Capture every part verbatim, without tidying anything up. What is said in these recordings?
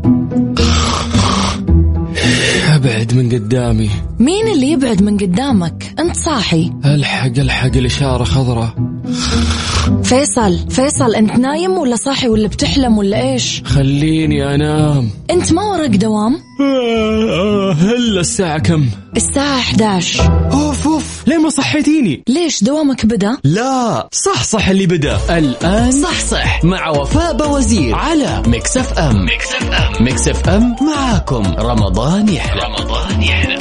ابعد من قدامي. مين اللي يبعد من قدامك؟ انت صاحي. الحق الحق الاشاره خضراء. فيصل فيصل انت نايم ولا صاحي ولا بتحلم ولا ايش؟ خليني انام. انت ما وراك دوام؟ هلا الساعه كم؟ الساعه إحدى عشر. اوف اوف ليه ما صحيتيني؟ ليش دوامك بدا؟ لا صح صح اللي بدا الآن. صح صح مع وفاء بوزير على ميكس اف ام. ميكس اف ام ميكس اف ام معاكم رمضان يحلى. رمضان يحلى.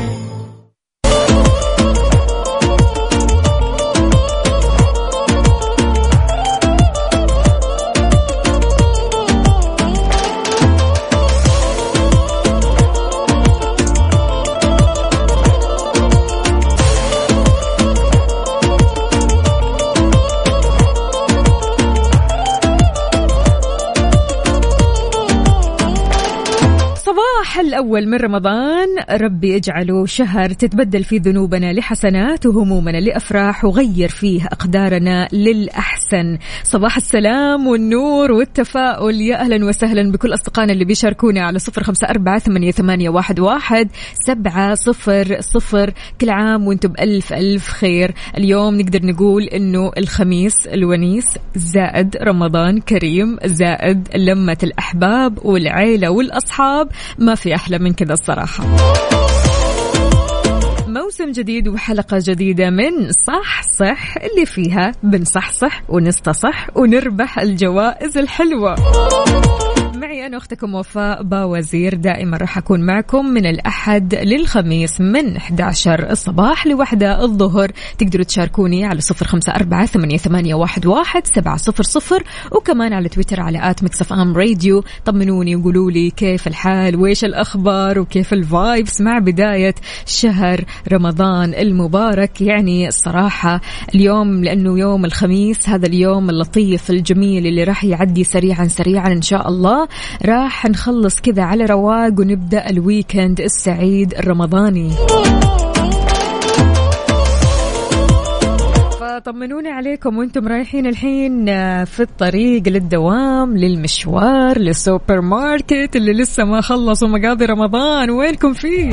الأول من رمضان، ربي اجعله شهر تتبدل فيه ذنوبنا لحسنات وهمومنا لأفراح وغير فيه أقدارنا للأحسن. صباح السلام والنور والتفاؤل، يا أهلا وسهلا بكل أصدقائنا اللي بيشاركونا على صفر خمسة أربعة ثمانية ثمانية واحد واحد سبعة صفر صفر. كل عام وانتم بألف ألف خير. اليوم نقدر نقول إنه الخميس الونيس زائد رمضان كريم زائد لمة الأحباب والعيلة والأصحاب، ما في أحلى من كذا الصراحة. موسم جديد وحلقة جديدة من صح صح اللي فيها بنصحصح ونستصح ونربح الجوائز الحلوة. معي أنا أختكم وفاء باوزير، دائما راح أكون معكم من الأحد للخميس من إحدى عشر الصباح لوحدة الظهر. تقدروا تشاركوني على صفر خمسة أربعة ثمانية ثمانية واحد واحد سبعة صفر صفر، وكمان على تويتر على آت ميكس اف ام راديو. طمنوني وقولوا لي كيف الحال وإيش الأخبار وكيف الفايبس مع بداية شهر رمضان المبارك. يعني الصراحة اليوم لأنه يوم الخميس، هذا اليوم اللطيف الجميل اللي راح يعدي سريعا سريعا إن شاء الله، راح نخلص كذا على رواق ونبدأ الويكند السعيد الرمضاني. فطمنوني عليكم وانتم رايحين الحين في الطريق للدوام، للمشوار، للسوبر ماركت اللي لسه ما خلصوا مقاضي رمضان، وينكم فيه؟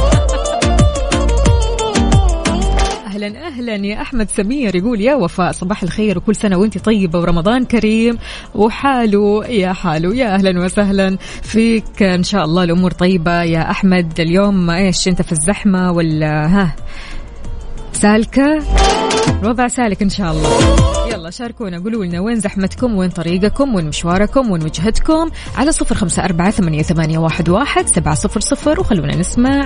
أهلا أهلا يا أحمد سمير، يقول يا وفاء صباح الخير وكل سنة وانتي طيبة ورمضان كريم وحاله يا حاله. يا أهلا وسهلا فيك، إن شاء الله الأمور طيبة يا أحمد. اليوم إيش أنت في الزحمة ولا ها سالكة؟ الوضع سالك إن شاء الله. يلا شاركونا، قولوا لنا وين زحمتكم، وين طريقكم، وين مشواركم، وين وجهتكم على صفر خمسة أربعة ثمانية ثمانية واحد واحد سبعة صفر صفر، وخلونا نسمع.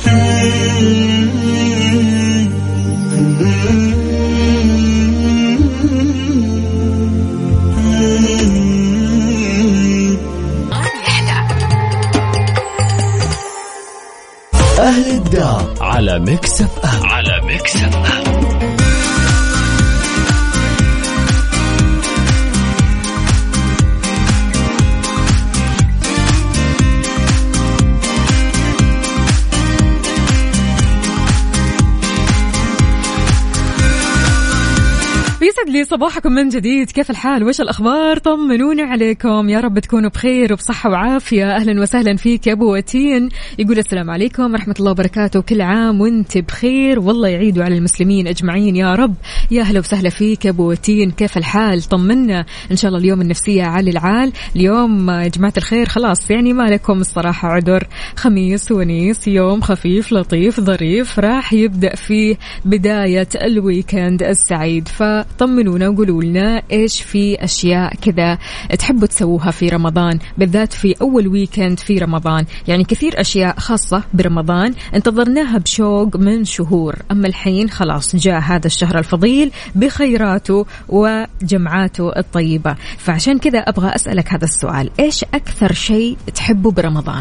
أهل الدار على ميكس اف ام. على ميكس اف ام. يسعد لي صباحكم من جديد. كيف الحال وإيش الأخبار؟ طمنوني عليكم، يا رب تكونوا بخير وبصحة وعافية. أهلا وسهلا فيك يا أبو وتين، يقول السلام عليكم ورحمة الله وبركاته، كل عام وانت بخير والله يعيدوا على المسلمين أجمعين يا رب. يا أهلا وسهلا فيك يا أبو وتين، كيف الحال؟ طمنا إن شاء الله اليوم النفسية عالي العال. اليوم يا جماعة الخير خلاص يعني ما لكم الصراحة عذر، خميس ونيس، يوم خفيف لطيف ظريف راح يبدأ فيه بداية الويكند السعيد. فطمنونا وقولوا لنا إيش في أشياء كذا تحبوا تسووها في رمضان، بالذات في أول ويكند في رمضان. يعني كثير أشياء خاصة برمضان انتظرناها بشوق من شهور، أما الحين خلاص جاء هذا الشهر الفضيل بخيراته وجمعاته الطيبة. فعشان كذا أبغى أسألك هذا السؤال، إيش أكثر شيء تحبه برمضان؟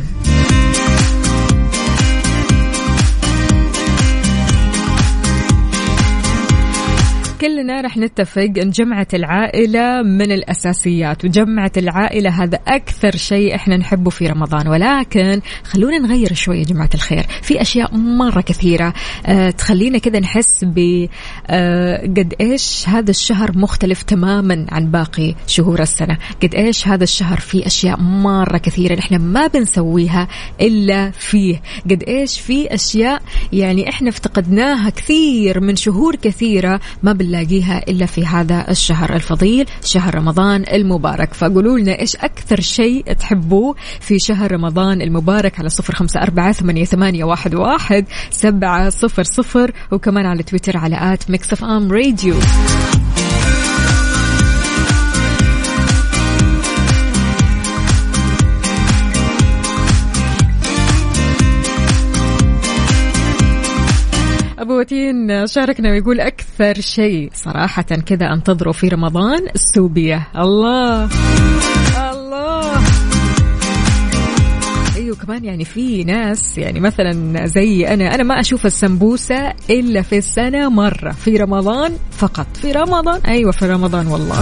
كلنا رح نتفق أن جمعة العائلة من الأساسيات، وجمعة العائلة هذا أكثر شيء إحنا نحبه في رمضان. ولكن خلونا نغير شوية يا جماعة الخير، في أشياء مرة كثيرة أه تخلينا كذا نحس ب أه قد إيش هذا الشهر مختلف تماما عن باقي شهور السنة، قد إيش هذا الشهر فيه أشياء مرة كثيرة إحنا ما بنسويها إلا فيه، قد إيش في أشياء يعني إحنا افتقدناها كثير من شهور كثيرة ما بنلاقيها إلا في هذا الشهر الفضيل، شهر رمضان المبارك. فقولوا لنا إيش أكثر شيء تحبوه في شهر رمضان المبارك على صفر خمسة أربعة ثمانية ثمانية واحد واحد سبعة صفر صفر، وكمان على تويتر على آت ميكس أف أم راديو. أبو وتين شاركنا ويقول أكثر شيء صراحة كذا أنتظره في رمضان السوبية. الله الله. أيوة كمان يعني في ناس يعني مثلا زي أنا أنا ما أشوف السمبوسة إلا في السنة مرة، في رمضان فقط، في رمضان أيوة في رمضان والله.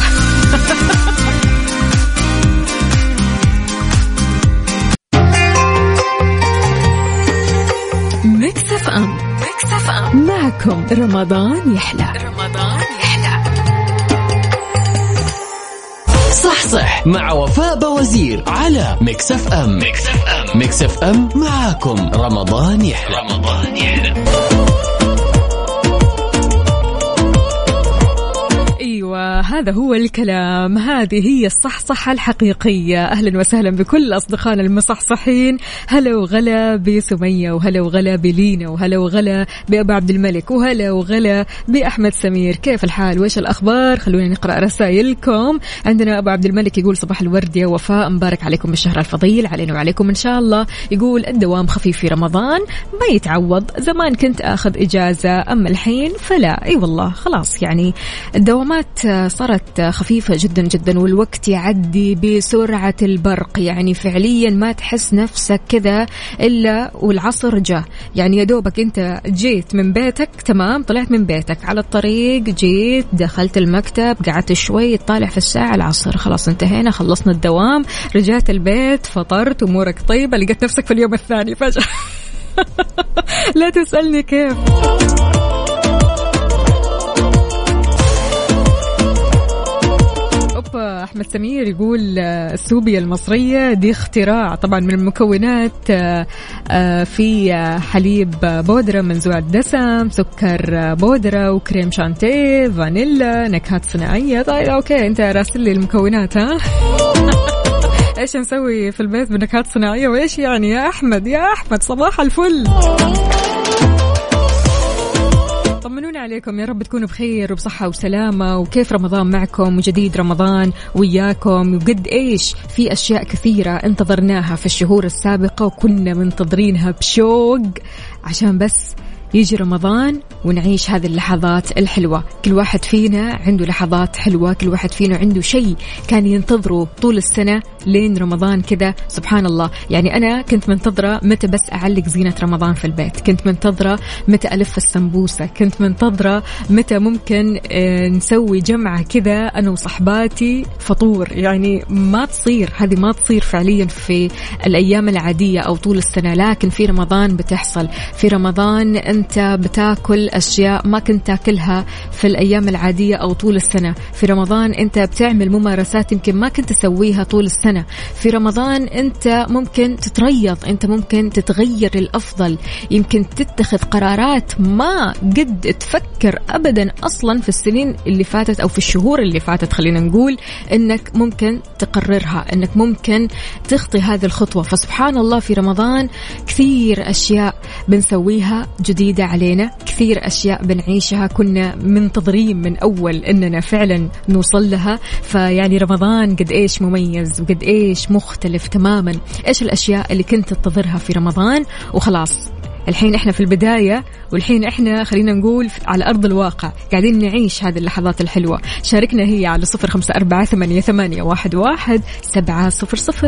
ميكس أف أم معكم رمضان يحلى. رمضان يحلى صح صح مع وفاء بوزير على ميكس أف أم. ميكس أف أم ميكس أف أم معكم رمضان يحلى. رمضان يحلى. أيوة هذا هو الكلام، هذه هي الصحصحة الحقيقية. أهلا وسهلا بكل أصدقائنا المصحصحين، هلا وغلا بسمية، وهلا وغلا بلينا، وهلا وغلا بأبو عبد الملك، وهلا وغلا بأحمد سمير. كيف الحال وإيش الأخبار؟ خلونا نقرأ رسائلكم. عندنا أبو عبد الملك يقول صباح الورد يا وفاء، مبارك عليكم بالشهر الفضيل علينا وعليكم إن شاء الله. يقول الدوام خفيف في رمضان ما يتعوض، زمان كنت أخذ إجازة أما الحين فلا. أي والله خلاص يعني الدوامات صارت خفيفة جدا جدا، والوقت يعدي بسرعة البرق، يعني فعليا ما تحس نفسك كذا إلا والعصر جاء. يعني يا دوبك أنت جيت من بيتك، تمام، طلعت من بيتك على الطريق، جيت دخلت المكتب، قعدت شوي تطالع في الساعة، العصر خلاص انتهينا، خلصنا الدوام، رجعت البيت، فطرت، أمورك طيبة، لقيت نفسك في اليوم الثاني فجأة. لا تسألني كيف. أحمد سمير يقول السوبيا المصرية دي اختراع طبعا من المكونات، في حليب بودرة منزوع الدسم، سكر بودرة، وكريم شانتيه، فانيلا، نكهات صناعية. طيب أوكي أنت راسل لي المكونات ها. إيش نسوي في البيت بنكهات صناعية وإيش يعني يا أحمد؟ يا أحمد صباح الفل، طمنونا عليكم، يا رب تكونوا بخير وبصحة وسلامة. وكيف رمضان معكم وجديد رمضان وياكم؟ وقد إيش في أشياء كثيرة انتظرناها في الشهور السابقة وكنا منتظرينها بشوق عشان بس يجي رمضان ونعيش هذه اللحظات الحلوة. كل واحد فينا عنده لحظات حلوة، كل واحد فينا عنده شيء كان ينتظره طول السنة لين رمضان كذا. سبحان الله، يعني أنا كنت منتظرة متى بس أعلق زينة رمضان في البيت، كنت منتظرة متى ألف السمبوسة، كنت منتظرة متى ممكن نسوي جمعة كذا أنا وصحباتي فطور. يعني ما تصير، هذه ما تصير فعليا في الأيام العادية أو طول السنة، لكن في رمضان بتحصل. في رمضان أنت بتاكل أشياء ما كنت تاكلها في الأيام العادية أو طول السنة. في رمضان أنت بتعمل ممارسات يمكن ما كنت تسويها طول السنة. في رمضان أنت ممكن تتريض، أنت ممكن تتغير الأفضل، يمكن تتخذ قرارات ما قد تفكر أبدا أصلا في السنين اللي فاتت أو في الشهور اللي فاتت، خلينا نقول أنك ممكن تقررها، أنك ممكن تخطي هذه الخطوة. فسبحان الله في رمضان كثير أشياء بنسويها جديدة علينا، كثير أشياء بنعيشها كنا منتظرين من أول إننا فعلا نوصل لها. فيعني رمضان قد إيش مميز وقد إيش مختلف تماما. إيش الأشياء اللي كنت تنتظرها في رمضان وخلاص الحين إحنا في البداية، والحين إحنا خلينا نقول على أرض الواقع قاعدين نعيش هذه اللحظات الحلوة. شاركنا هي على صفر خمسة أربعة ثمانية ثمانية واحد واحد سبعة صفر صفر.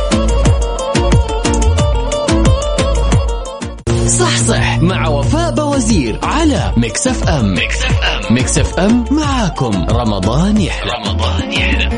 صح صح مع وفاء بوزير وزير على ميكس اف ام. ميكس اف ام ميكس اف ام معاكم رمضان يحلى. رمضان يحلى.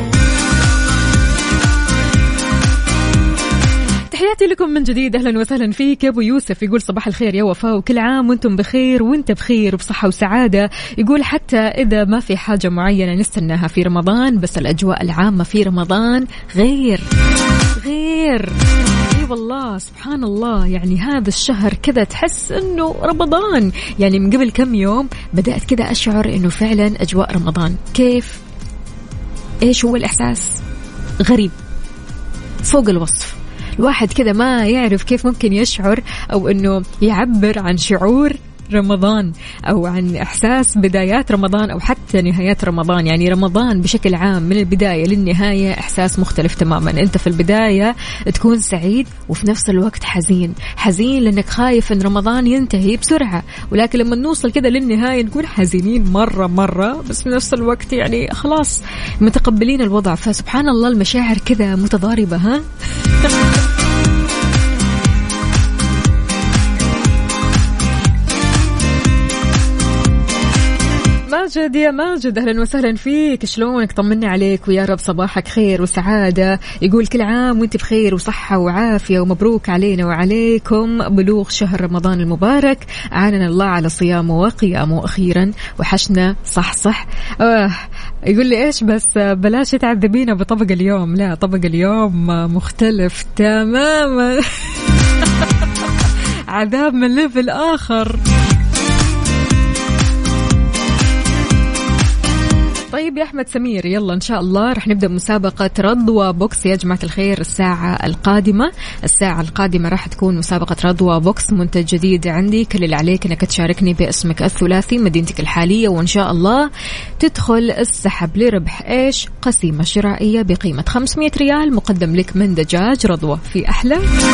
تحياتي لكم من جديد، أهلا وسهلا فيك. أبو يوسف يقول صباح الخير يا وفاء، وكل عام وانتم بخير وانت بخير وبصحة وسعادة. يقول حتى إذا ما في حاجة معينة نستناها في رمضان، بس الأجواء العامة في رمضان غير غير اي والله سبحان الله. يعني هذا الشهر كذا تحس انه رمضان. يعني من قبل كم يوم بدأت كذا أشعر انه فعلا أجواء رمضان. كيف؟ ايش هو الإحساس؟ غريب فوق الوصف. الواحد كذا ما يعرف كيف ممكن يشعر أو أنه يعبر عن شعور رمضان أو عن إحساس بدايات رمضان أو حتى نهايات رمضان. يعني رمضان بشكل عام من البداية للنهاية إحساس مختلف تماما. أنت في البداية تكون سعيد وفي نفس الوقت حزين حزين لأنك خايف أن رمضان ينتهي بسرعة، ولكن لما نوصل كذا للنهاية نكون حزينين مرة مرة، بس في نفس الوقت يعني خلاص متقبلين الوضع. فسبحان الله المشاعر كذا متضاربة. ها ماجد يا ماجد أهلا وسهلا فيك، شلونك؟ طمني عليك ويا رب صباحك خير وسعادة. يقول كل عام وانت بخير وصحة وعافية، ومبروك علينا وعليكم بلوغ شهر رمضان المبارك. أعاننا الله على صيامه وقيامه أخيرا، وحشنا صح صح. آه يقول لي إيش بس بلاش تعذبينا بطبق اليوم. لا طبق اليوم مختلف تماما عذاب من ليفل آخر. طيب يا أحمد سمير، يلا إن شاء الله رح نبدأ مسابقة رضوى بوكس يا جماعة الخير. الساعة القادمة الساعة القادمة راح تكون مسابقة رضوى بوكس، منتج جديد عندي. كل اللي عليك أنك تشاركني باسمك الثلاثي، مدينتك الحالية، وإن شاء الله تدخل السحب لربح إيش؟ قسيمة شرائية بقيمة خمسمية ريال مقدم لك من دجاج رضوى في أحلى.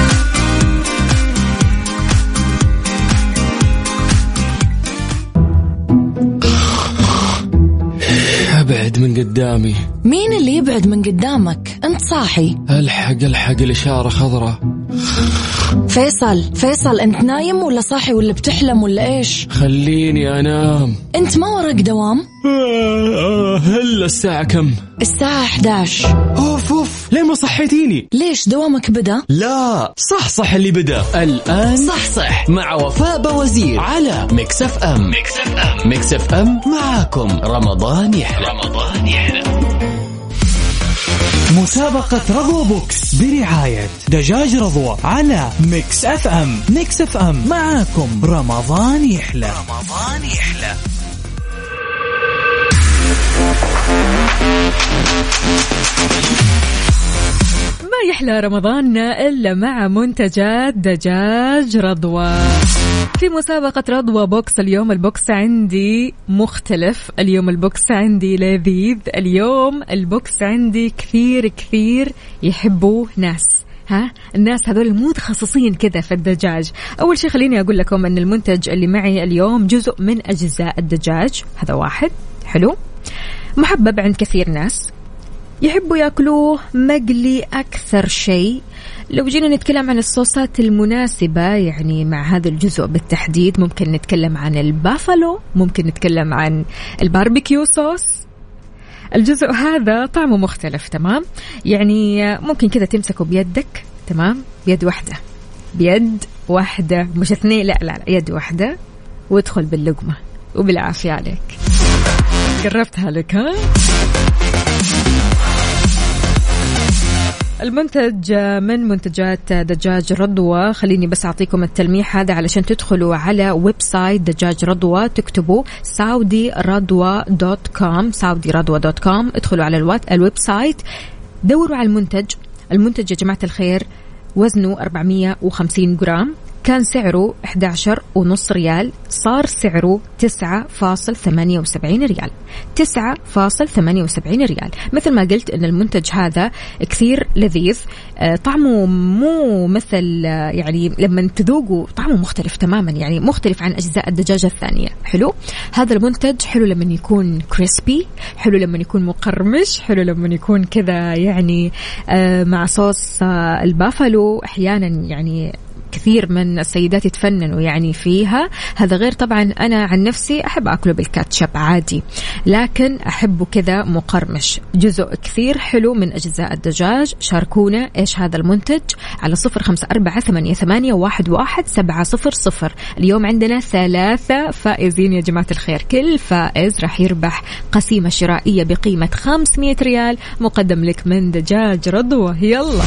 ابعد من قدامي. مين اللي يبعد من قدامك؟ انت صاحي. الحق الحق الإشارة خضراء. فيصل فيصل انت نايم ولا صاحي ولا بتحلم ولا ايش؟ خليني انام. انت ما وراك دوام؟ هلا الساعة كم؟ الساعة إحدى عشر. اوف اوف ليه ما صحيتيني؟ ليش دوامك بدأ؟ لا صح صح اللي بدأ الآن. صح صح مع وفاء بوزير على ميكس اف ام. ميكس اف ام ميكس اف ام معاكم رمضان يحلى. رمضان يحلى. مسابقة رضوى بوكس برعاية دجاج رضوى على ميكس اف ام. ميكس اف ام معاكم رمضان يحلى. رمضان يحلى. ما يحلى رمضاننا إلا مع منتجات دجاج رضوى. في مسابقة رضوى بوكس اليوم البوكس عندي مختلف، اليوم البوكس عندي لذيذ، اليوم البوكس عندي كثير كثير يحبوه ناس. ها الناس هذول المتخصصين كذا في الدجاج. أول شيء خليني أقول لكم أن المنتج اللي معي اليوم جزء من أجزاء الدجاج. هذا واحد حلو محبب عند كثير ناس، يحبوا يأكلوه مقلي أكثر شيء. لو جينا نتكلم عن الصوصات المناسبة يعني مع هذا الجزء بالتحديد، ممكن نتكلم عن البافالو، ممكن نتكلم عن الباربيكيو صوص. الجزء هذا طعمه مختلف تمام، يعني ممكن كذا تمسكه بيدك تمام، بيد واحدة بيد واحدة مش اثنين، لا لا, لا يد واحدة، وادخل باللقمة وبالعافية عليك. قربتها لك ها. المنتج من منتجات دجاج رضوى. خليني بس أعطيكم التلميح هذا علشان تدخلوا على ويب سايت دجاج رضوى، تكتبوا سعودي رضوى دوت كوم سعودي رضوى دوت كوم. ادخلوا على الويب سايت، دوروا على المنتج. المنتج يا جماعة الخير وزنه أربعمية وخمسين جرام، كان سعره أحد عشر ونص ريال، صار سعره تسعة فاصل ثمانية وسبعين ريال. تسعة فاصل ثمانية وسبعين ريال. مثل ما قلت إن المنتج هذا كثير لذيذ، طعمه مو مثل يعني لما تذوقوا طعمه مختلف تماما، يعني مختلف عن أجزاء الدجاجة الثانية. حلو هذا المنتج، حلو لما يكون كريسبي، حلو لما يكون مقرمش، حلو لما يكون كذا يعني مع صوص البافالو أحيانا يعني كثير من السيدات يتفننوا يعني فيها. هذا غير طبعا أنا عن نفسي أحب أكله بالكاتشب عادي، لكن أحبه كذا مقرمش. جزء كثير حلو من أجزاء الدجاج. شاركونا إيش هذا المنتج على صفر خمسة أربعة ثمانية ثمانية واحد واحد سبعة صفر صفر. اليوم عندنا ثلاثة فائزين يا جماعة الخير، كل فائز راح يربح قسيمة شرائية بقيمة خمسمية ريال مقدم لك من دجاج رضوى. يلا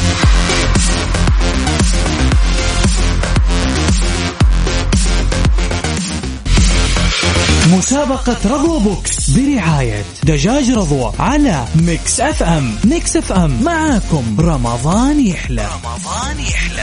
مسابقة رضوى بوكس برعاية دجاج رضوى على ميكس اف ام. ميكس اف ام معاكم رمضان يحلى. رمضان يحلى.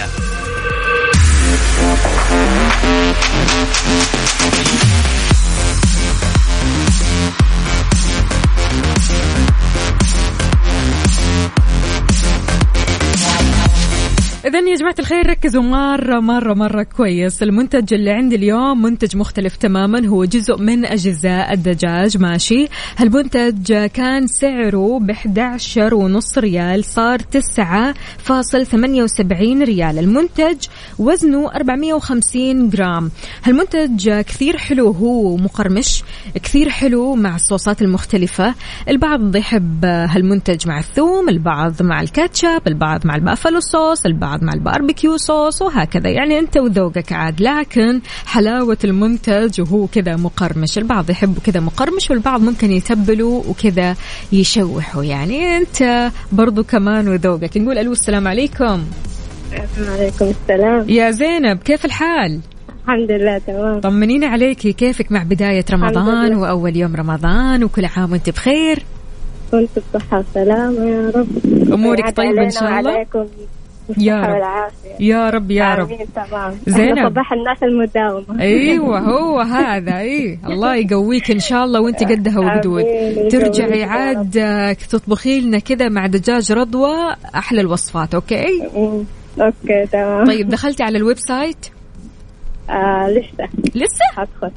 إذن يا جماعة الخير ركزوا مرة مرة مرة كويس. المنتج اللي عندي اليوم منتج مختلف تماما، هو جزء من أجزاء الدجاج. ماشي، هالمنتج كان سعره بإحدى عشر ونص ريال، صار تسعة فاصل ثمانية وسبعين ريال. المنتج وزنه أربعمية وخمسين جرام. هالمنتج كثير حلو، هو مقرمش كثير حلو مع الصوصات المختلفة. البعض يحب هالمنتج مع الثوم، البعض مع الكاتشب، البعض مع البافلو صوص، البعض مع الباربيكيو صوص، وهكذا يعني أنت وذوقك عاد. لكن حلاوة المنتج وهو كذا مقرمش. البعض يحبه كذا مقرمش، والبعض ممكن يتبلوا وكذا يشوحوا، يعني أنت برضو كمان وذوقك. نقول ألو السلام عليكم. وعليكم السلام. يا زينب كيف الحال؟ الحمد لله تمام. طمنينا عليكي، كيفك مع بداية رمضان وأول يوم رمضان؟ وكل عام وانت بخير. كنت بصحة وسلامة يا رب. أمورك طيبة إن شاء الله يا رب. يا رب يا رب. زينب صباح الناس المداومة. ايوه هو هذا. اي الله يقويك ان شاء الله وانت قدها وقدود. ترجعي عاد تطبخي لنا كذا مع دجاج رضوى احلى الوصفات. اوكي اوكي تمام. طيب دخلتي على الويب سايت؟ آه لسه لسه هدخل.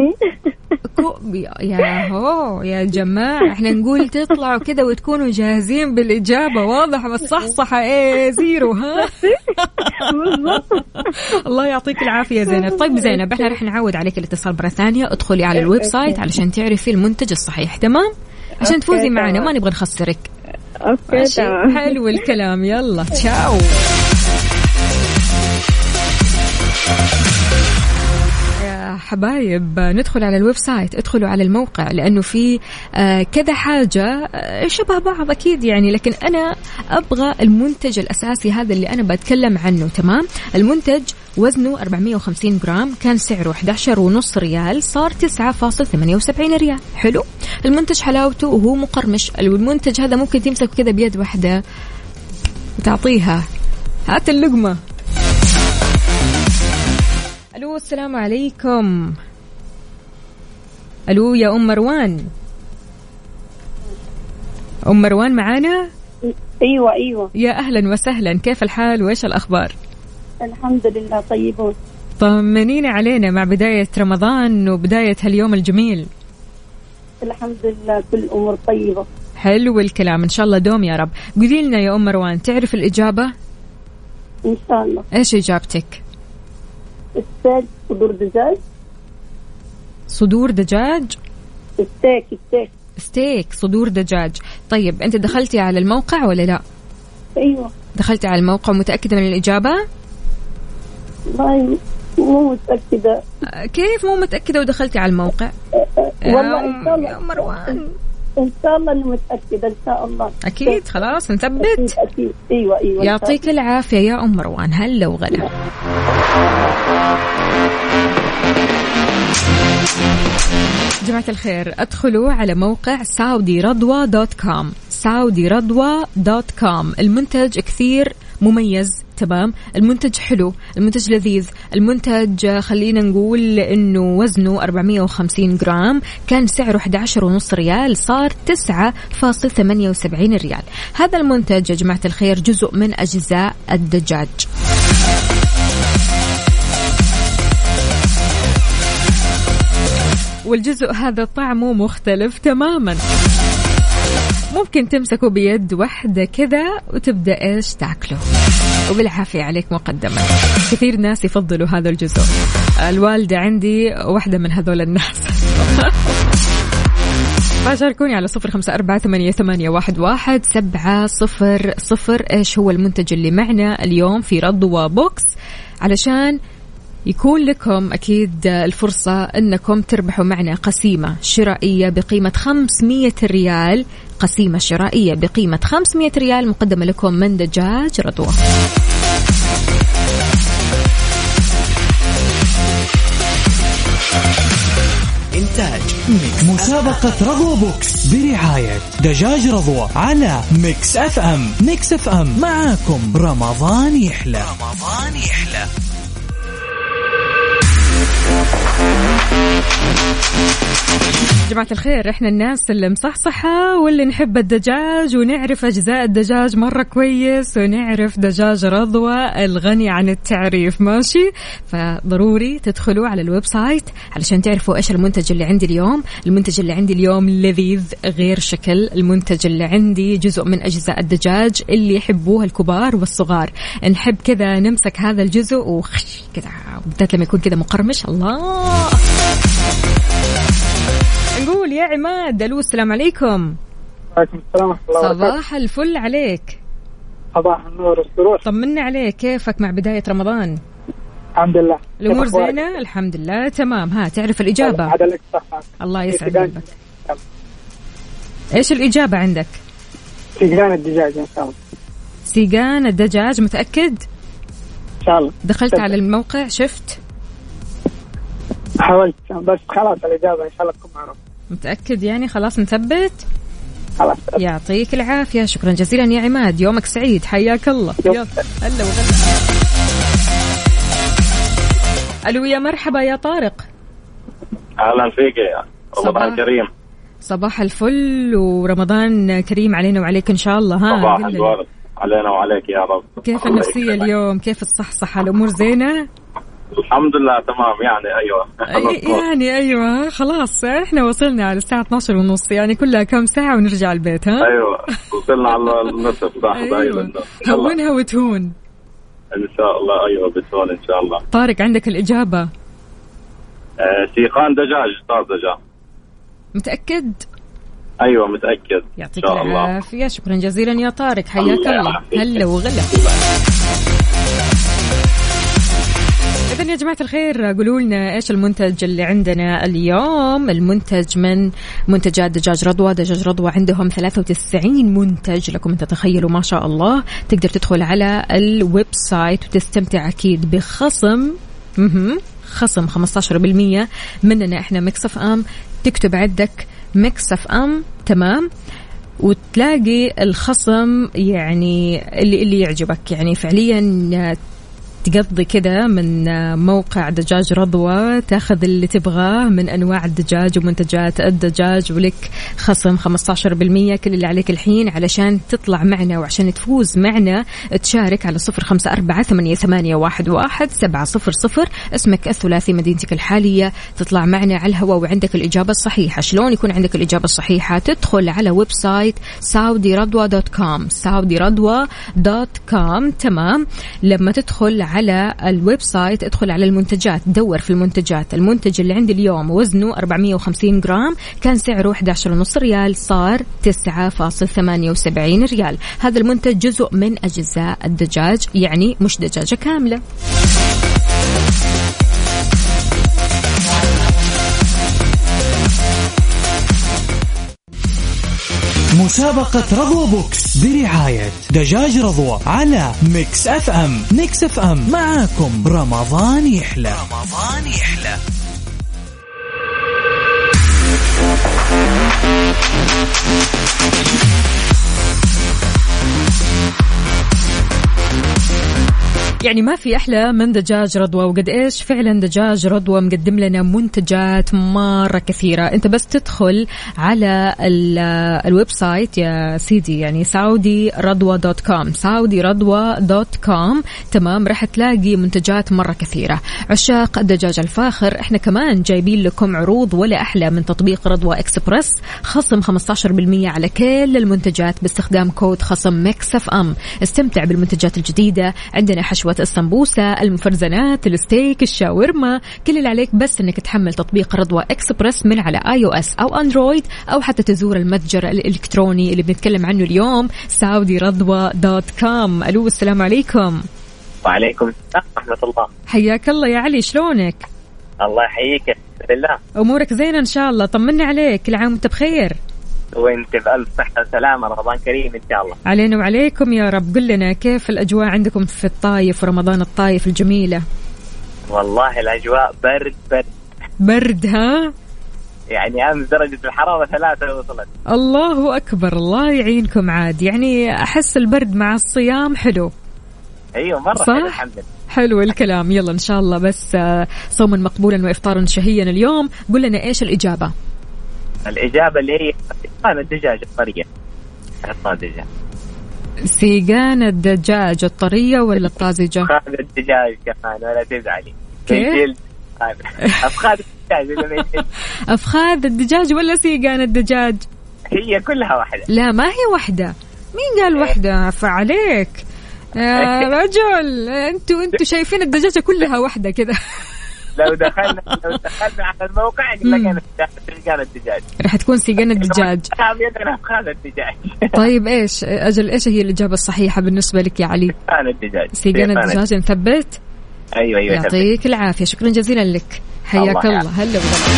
يا هو يا جماعة احنا نقول تطلعوا كده وتكونوا جاهزين بالإجابة. واضح بالصحصحة ايه زيرو. ها الله يعطيك العافية زينب. طيب زينب احنا رح نعود عليك الاتصال مرة ثانية. ادخلي على الويب سايت علشان تعرفي المنتج الصحيح، تمام؟ عشان تفوزي معنا، ما نبغى نخسرك. اوكي تمام. حلو الكلام. يلا تشاو. حبايب ندخل على الويب سايت، ادخلوا على الموقع لأنه في آه كذا حاجة آه شبه بعض أكيد يعني، لكن أنا أبغى المنتج الأساسي هذا اللي أنا بتكلم عنه. تمام. المنتج وزنه أربعمية وخمسين جرام، كان سعره إحدى عشر ونص ريال، صار تسعة فاصل ثمانية وسبعين ريال. حلو. المنتج حلاوته وهو مقرمش. المنتج هذا ممكن تمسك كذا بيد واحدة وتعطيها هات اللقمة. ألو السلام عليكم. ألو يا أم مروان. أم مروان معانا؟ أيوة أيوة. يا أهلا وسهلا، كيف الحال وإيش الأخبار؟ الحمد لله طيبون. طمنينا علينا مع بداية رمضان وبداية هاليوم الجميل. الحمد لله كل أمور طيبة. حلو الكلام، إن شاء الله دوم يا رب. قولي لنا يا أم مروان، تعرف الإجابة؟ إن شاء الله. إيش إجابتك؟ ستيك صدور دجاج. صدور دجاج؟ ستيك ستيك ستيك صدور دجاج. طيب أنت دخلتي على الموقع ولا لا؟ أيوة دخلتي على الموقع. متأكدة من الإجابة؟ والله مو متأكدة. كيف مو متأكدة ودخلتي على الموقع؟ والله إن شاء الله يا مروان إن شاء الله أنا متأكدة إن شاء الله. أكيد خلاص نثبت. أكيد أكيد. أيوة أيوة. يعطيك العافية يا أم مروان. هلا وغلا. جماعة الخير ادخلوا على موقع سعودي رضوى دوت كوم. سعودي رضوى دوت كوم. المنتج كثير مميز. تمام. المنتج حلو، المنتج لذيذ، المنتج خلينا نقول انه وزنه أربعمية وخمسين جرام، كان سعره إحدى عشر ونص ريال، صار تسعة فاصل ثمانية وسبعين ريال. هذا المنتج يا جماعة الخير جزء من أجزاء الدجاج. والجزء هذا طعمه مختلف تماما، ممكن تمسكه بيد واحدة كذا وتبدأ إيش تاكله. وبالعافية عليك مقدما. كثير ناس يفضلوا هذا الجزء. الوالدة عندي واحدة من هذول الناس. فشاركوني على صفر خمسة أربعة ثمانية ثمانية واحد واحد سبعة صفر صفر. إيش هو المنتج اللي معنا اليوم في رضوى بوكس، علشان يكون لكم أكيد الفرصة أنكم تربحوا معنا قسيمة شرائية بقيمة خمسمية ريال. قسيمة شرائية بقيمة خمسمية ريال مقدمة لكم من دجاج رضوى. إنتاج مسابقة رضوى بوكس برعاية دجاج رضوى على ميكس اف ام. ميكس اف ام معاكم رمضان يحلى. رمضان يحلى. جماعة الخير، احنا الناس اللي مصحصحة واللي نحب الدجاج ونعرف أجزاء الدجاج مرة كويس ونعرف دجاج رضوى الغني عن التعريف، ماشي؟ فضروري تدخلوا على الويب سايت علشان تعرفوا ايش المنتج اللي عندي اليوم. المنتج اللي عندي اليوم لذيذ غير شكل. المنتج اللي عندي جزء من أجزاء الدجاج اللي يحبوه الكبار والصغار. نحب كذا نمسك هذا الجزء وخش كذا، بالذات لما يكون كذا مقرمش. الله. نقول يا عماد، الو السلام عليكم. وعليكم السلام ورحمة الله وبركاته. صباح الفل عليك. صباح النور والسرور. طمنا عليك، كيفك مع بداية رمضان؟ الحمد لله. الأمور زينة الحمد لله تمام. ها تعرف الإجابة؟ عدلك صح. الله يسعد قلبك. إيش الإجابة عندك؟ سيقان الدجاج إن شاء الله. سيقان الدجاج، متأكد؟ إن شاء الله. دخلت على الموقع شفت؟ حاولت بس خلاص الإجابة إن شاء الله تكون معروفة. متأكد يعني؟ خلاص نثبت. خلاص. يعطيك العافية، شكرا جزيلا يا عماد، يومك سعيد، حياك الله. يلا هلا وغلا. ألو يا مرحبا يا طارق. أهلا فيك يا رمضان كريم. صباح الفل ورمضان كريم علينا وعليك إن شاء الله. ها صباح الورد علينا وعليك يا رب. كيف النفسية اليوم؟ كيف الصحصحة؟ الأمور زينة؟ الحمد لله تمام يعني. أيوة يعني أيوة خلاص إحنا وصلنا على الساعة اثناشر ونص، يعني كلها كم ساعة ونرجع البيت. ها أيوة وصلنا على النصف صح. أيوة. هونها وتهون إن شاء الله. أيوة بتهون إن شاء الله. طارق عندك الإجابة؟ آه سيقان دجاج طازجة. متأكد؟ أيوة متأكد. يعطيك العافية، شكرا جزيلا يا طارق، حياك الله. هلا وغلا. إذن يا جماعة الخير قولوا لنا إيش المنتج اللي عندنا اليوم. المنتج من منتجات دجاج رضوى. دجاج رضوى عندهم ثلاثة وتسعين منتج لكم أن تتخيلوا ما شاء الله. تقدر تدخل على الويب سايت وتستمتع أكيد بخصم خصم خمسة عشر بالمية مننا إحنا ميكس اف ام. تكتب عندك ميكس اف ام تمام، وتلاقي الخصم يعني اللي اللي يعجبك. يعني فعليا تقضي كده من موقع دجاج رضوى، تاخذ اللي تبغاه من أنواع الدجاج ومنتجات الدجاج، ولك خصم خمسة عشر بالمية. كل اللي عليك الحين علشان تطلع معنا وعشان تفوز معنا تشارك على صفر خمسة أربعة ثمانية ثمانية واحد واحد سبعة صفر صفر، اسمك الثلاثي مدينتك الحالية، تطلع معنا على الهواء وعندك الإجابة الصحيحة. شلون يكون عندك الإجابة الصحيحة؟ تدخل على ويب سايت سعودي رضوى دوت كوم. سعودي رضوى دوت كوم تمام. لما تدخل على الويب سايت ادخل على المنتجات، دور في المنتجات. المنتج اللي عندي اليوم وزنه أربعمية وخمسين جرام، كان سعره أحد عشر ونص ريال، صار تسعة فاصلة ثمانية وسبعين ريال. هذا المنتج جزء من أجزاء الدجاج، يعني مش دجاجة كاملة. مسابقة رضوى بوكس برعاية دجاج رضوى على ميكس اف ام. ميكس اف ام معاكم رمضان يحلى. رمضان يحلى. يعني ما في أحلى من دجاج رضوى. وقد إيش فعلا دجاج رضوى مقدم لنا منتجات مرة كثيرة. أنت بس تدخل على الويب سايت يا سيدي، يعني سعودي رضوى دوت كوم، سعودي رضوى دوت كوم، تمام، راح تلاقي منتجات مرة كثيرة. عشاق الدجاج الفاخر، احنا كمان جايبين لكم عروض ولا أحلى من تطبيق رضوى إكسبرس، خصم خمسة عشر بالمئة على كل المنتجات باستخدام كود خصم ميكس اف ام. استمتع بالمنتجات الجديدة، عندنا حشوة السمبوسة، المفرزنات، الستيك، الشاورما. كل اللي عليك بس انك تحمل تطبيق رضوى إكسبرس من على اي او اس او اندرويد، او حتى تزور المتجر الالكتروني اللي بنتكلم عنه اليوم، سعودي رضوى دوت كوم. الو السلام عليكم. وعليكم السلام ورحمة الله. حياك الله يا علي، شلونك؟ الله يحييك. بالله امورك زينه ان شاء الله، طمنا عليك. كل عام وانت بخير. وانت بألف صحة وسلامة، رمضان كريم ان شاء الله علينا وعليكم يا رب. قل لنا كيف الأجواء عندكم في الطايف ورمضان الطايف الجميلة؟ والله الأجواء برد برد برد. ها يعني أمس درجة الحرارة ثلاثة وصلت. الله أكبر، الله يعينكم. عاد يعني أحس البرد مع الصيام حلو. أيوة مرة صح؟ حلو الحمد لله. حلو الكلام. يلا إن شاء الله بس صوما مقبولا وإفطارا شهيا اليوم. قل لنا إيش الإجابة؟ الإجابة اللي هي سيقان الدجاج الطرية. الطازجة. سيقان الدجاج الطرية ولا الطازجة؟ أفخاذ الدجاج كمان ولا تزعلي. كيف؟ أفخاذ الدجاج. أفخاذ الدجاج ولا سيقان الدجاج؟ هي كلها واحدة. لا ما هي واحدة. مين قال واحدة؟ فعليك يا رجل، انتوا انتوا شايفين الدجاجة كلها واحدة كذا. لو دخلنا لو دخلنا على الموقع لقينا سيقان الدجاج. راح تكون سيقان الدجاج. طيب ايش اجل ايش هي الإجابة الصحيحة بالنسبة لك يا علي؟ سيقان الدجاج. سيقان الدجاج. نثبت. ايوه ايوه يعطيك العافية، شكرا جزيلا لك. حياك الله. هلا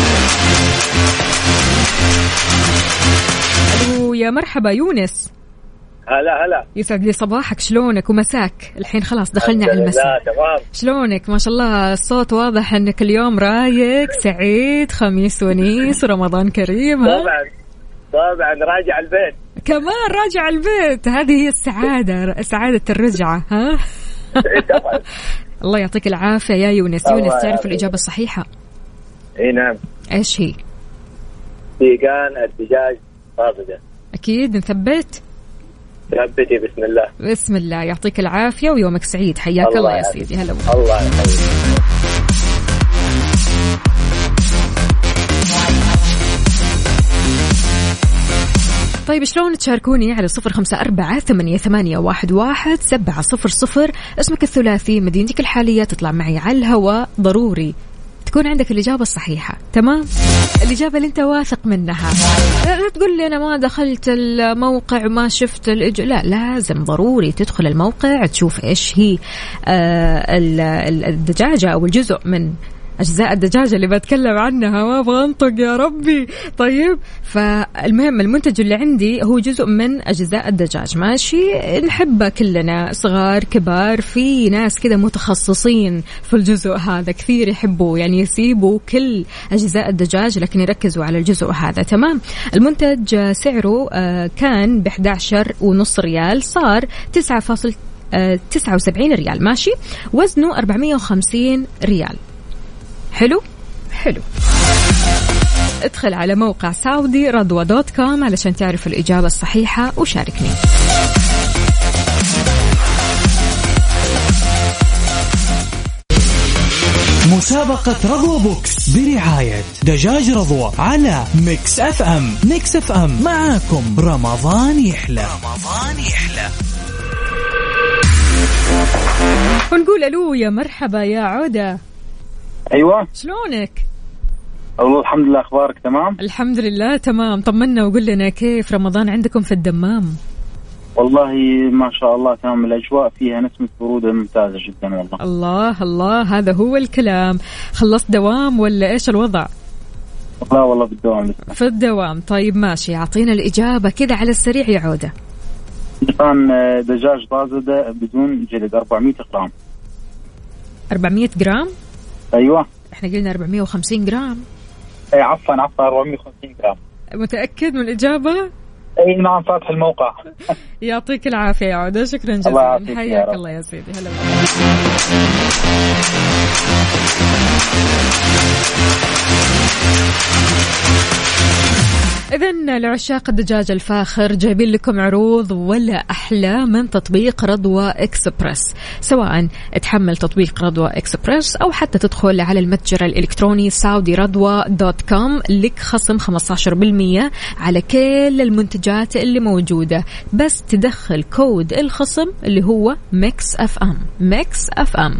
الو يا مرحبا يونس. هلا هلا، يسعد لي صباحك. شلونك ومساك؟ الحين خلاص دخلنا على المساء. شلونك؟ ما شاء الله الصوت واضح انك اليوم رايق سعيد، خميس ونيس ورمضان كريم. ها طبعا طبعا راجع البيت كمان. راجع البيت، هذه هي السعادة، سعادة الرجعة. ها الله يعطيك العافية يا يونس. يونس تعرف الإجابة الصحيحة؟ اي نعم. ايش هي؟ سيقان الدجاج طازجة. اكيد نثبت. ثبتي. بسم الله. بسم الله. يعطيك العافية ويومك سعيد. حياك الله, الله يا سيدي. هلا الله يحييك. طيب شلون تشاركوني على صفر خمسة أربعة ثمانية ثمانية واحد واحد سبعة صفر صفر، اسمك الثلاثي، مدينتك الحالية، تطلع معي على الهواء. ضروري تكون عندك الإجابة الصحيحة، تمام؟ الإجابة اللي أنت واثق منها. لا تقول لي أنا ما دخلت الموقع وما شفت الإج... لا لازم ضروري تدخل الموقع تشوف إيش هي آه الدجاجة أو الجزء من أجزاء الدجاجة اللي بتكلم عنها. ما أبغى أنطق يا ربي. طيب فالمهم المنتج اللي عندي هو جزء من أجزاء الدجاج، ماشي؟ نحبه كلنا صغار كبار، في ناس كده متخصصين في الجزء هذا كثير يحبوه، يعني يسيبوا كل أجزاء الدجاج لكن يركزوا على الجزء هذا، تمام؟ المنتج سعره كان بإحدى عشر ونص ريال، صار تسعة فاصل تسعة وسبعين ريال، ماشي؟ وزنه أربعمية وخمسين ريال. حلو حلو. ادخل على موقع سعودي رضوى دوت كوم علشان تعرف الإجابة الصحيحة وشاركني. مسابقة رضوى بوكس برعاية دجاج رضوى على ميكس اف ام. ميكس اف ام معاكم رمضان يحلى. رمضان يحلى. ونقول ألو يا مرحبا يا عودة. أيوة شلونك؟ الله الحمد لله. أخبارك تمام؟ الحمد لله تمام. طمنا وقل لنا كيف رمضان عندكم في الدمام؟ والله ما شاء الله تمام، الأجواء فيها نسمة برودة ممتازة جدا والله. الله الله، هذا هو الكلام. خلصت دوام ولا إيش الوضع؟ لا والله بالدوام لسه. في الدوام. طيب ماشي، أعطينا الإجابة كده على السريع يا عودة. كان دجاج طازجة بدون جلد أربعمية جرام. أربعمية جرام؟ أيوة إحنا قلنا أربعمية وخمسين جرام. أي عفوا عفوا أربعمية وخمسين جرام. متأكد من الإجابة؟ اي نعم فاتح الموقع. يعطيك العافية يا عودة، شكرا جزيلا، حياك الله يا سيدي. هلا. إذن لعشاق الدجاج الفاخر جايبين لكم عروض ولا أحلى من تطبيق رضوى إكسبرس. سواء تحمل تطبيق رضوى إكسبرس أو حتى تدخل على المتجر الإلكتروني سعودي رضوى دوت كوم، لك خصم خمسة عشر بالمية على كل المنتجات اللي موجودة، بس تدخل كود الخصم اللي هو ميكس أف أم. ميكس أف أم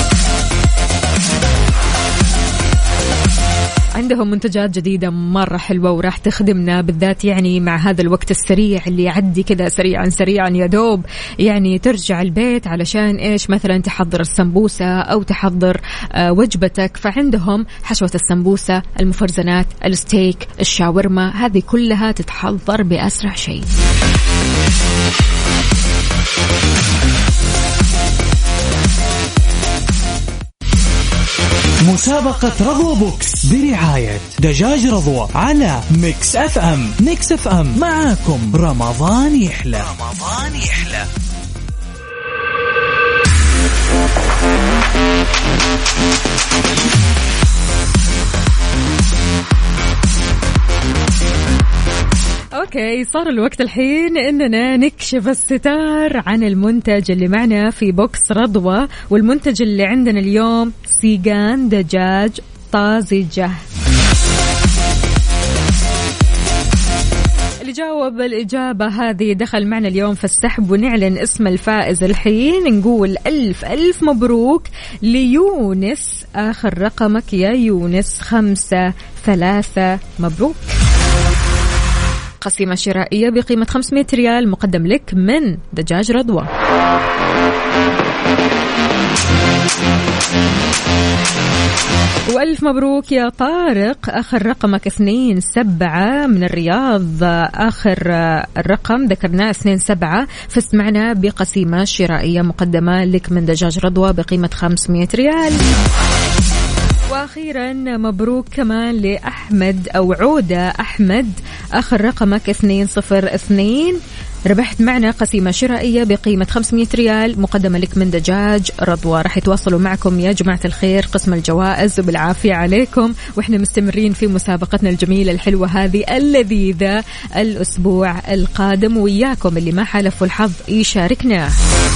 عندهم منتجات جديدة مرة حلوة وراح تخدمنا، بالذات يعني مع هذا الوقت السريع اللي يعدي كذا سريعا سريعا يا دوب يعني ترجع البيت علشان إيش مثلا تحضر السمبوسة أو تحضر آه وجبتك. فعندهم حشوة السمبوسة، المفرزنات، الستيك، الشاورما، هذه كلها تتحضر بأسرع شيء. مسابقة رضوى بوكس برعاية دجاج رضوى على ميكس أف أم. ميكس أف أم معاكم رمضان يحلى. رمضان يحلى. اوكي، صار الوقت الحين اننا نكشف الستار عن المنتج اللي معنا في بوكس رضوى، والمنتج اللي عندنا اليوم سيجان دجاج طازجة. اللي جاوب الإجابة هذه دخل معنا اليوم في السحب، ونعلن اسم الفائز الحين. نقول ألف ألف مبروك ليونس، آخر رقمك يا يونس خمسة ثلاثة، مبروك. قسيمة شرائية بقيمة خمسمائة ريال مقدم لك من دجاج رضوى. وألف مبروك يا طارق، آخر رقمك اثنين سبعة من الرياض، آخر الرقم ذكرناه اثنين سبعة، فاستمعنا بقسيمة شرائية مقدمة لك من دجاج رضوى بقيمة خمسمائة ريال. وأخيرا مبروك كمان لأحمد أو عودة أحمد، آخر رقمك اثنين صفر اثنين، ربحت معنا قسيمة شرائية بقيمة خمسمائة ريال مقدمة لك من دجاج رضوى. راح يتواصلوا معكم يا جماعة الخير قسم الجوائز، وبالعافية عليكم. وإحنا مستمرين في مسابقتنا الجميلة الحلوة هذه اللذيذة الأسبوع القادم، وياكم اللي ما حالفوا الحظ يشاركنا.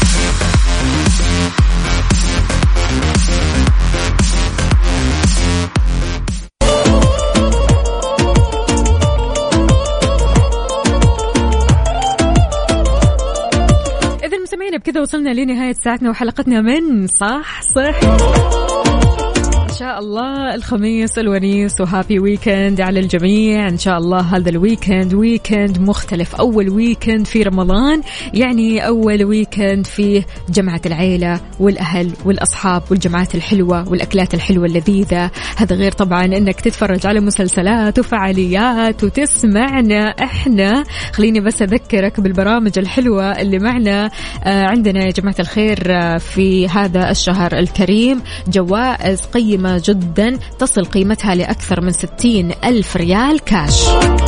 بكذا وصلنا لنهاية ساعتنا وحلقتنا من صح صح. إن شاء الله الخميس الونيس وهابي ويكند على الجميع. إن شاء الله هذا الويكند ويكند مختلف، أول ويكند في رمضان، يعني أول ويكند فيه جمعة العيلة والأهل والأصحاب والجمعات الحلوة والأكلات الحلوة اللذيذة. هذا غير طبعا أنك تتفرج على مسلسلات وفعاليات وتسمعنا إحنا. خليني بس أذكرك بالبرامج الحلوة اللي معنا. آه عندنا يا جماعة الخير آه في هذا الشهر الكريم جوائز قيمة جدا تصل قيمتها لأكثر من ستين ألف ريال كاش.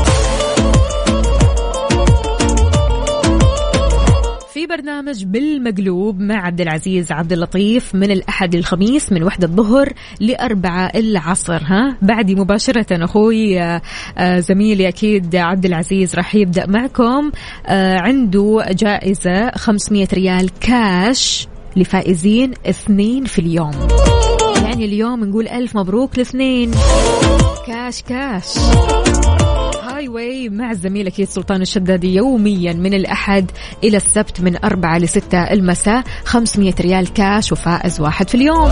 في برنامج بالمقلوب مع عبد العزيز عبد اللطيف من الأحد للخميس من واحدة الظهر لأربعة العصر. ها بعدي مباشرة أخوي زميلي أكيد عبد العزيز راح يبدأ معكم. عنده جائزة خمسمائة ريال كاش لفائزين اثنين في اليوم، يعني اليوم نقول ألف مبروك لاثنين كاش كاش. هاي واي مع الزميل أكيد سلطان الشدادي يوميا من الأحد إلى السبت من أربعة لستة المساء، خمسمائة ريال كاش وفائز واحد في اليوم.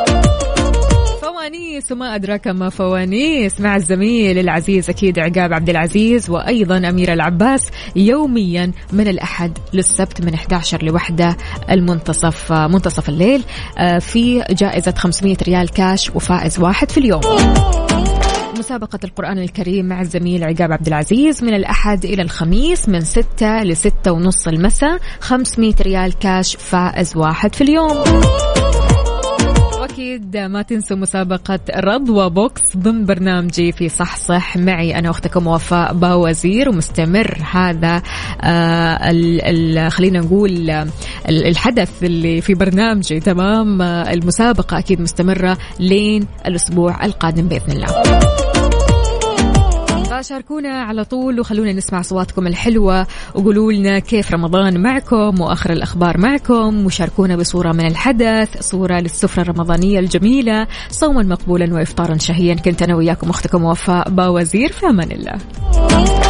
فوانيس وما أدراك ما فوانيس مع الزميل العزيز أكيد عقاب عبد العزيز وأيضا أميرة العباس يوميا من الأحد للسبت من إحدى عشر لوحدة المنتصف منتصف الليل، في جائزة خمسمائة ريال كاش وفائز واحد في اليوم. مسابقة القرآن الكريم مع الزميل عقاب عبد العزيز من الأحد إلى الخميس من ستة لستة ونص المساء، خمسمائة ريال كاش فائز واحد في اليوم. وأكيد ما تنسوا مسابقة رضوى بوكس ضمن برنامجي في صح صح معي أنا أختكم وفاء باوزير، ومستمر هذا آه ال ال خلينا نقول الحدث اللي في برنامجي. تمام، آه المسابقة أكيد مستمرة لين الأسبوع القادم بإذن الله. شاركونا على طول وخلونا نسمع أصواتكم الحلوة، وقولوا لنا كيف رمضان معكم وآخر الأخبار معكم، وشاركونا بصورة من الحدث، صورة للسفرة الرمضانية الجميلة، صوما مقبولا وإفطارا شهيا. كنت أنا وياكم أختكم وفاء باوزير، في أمان الله.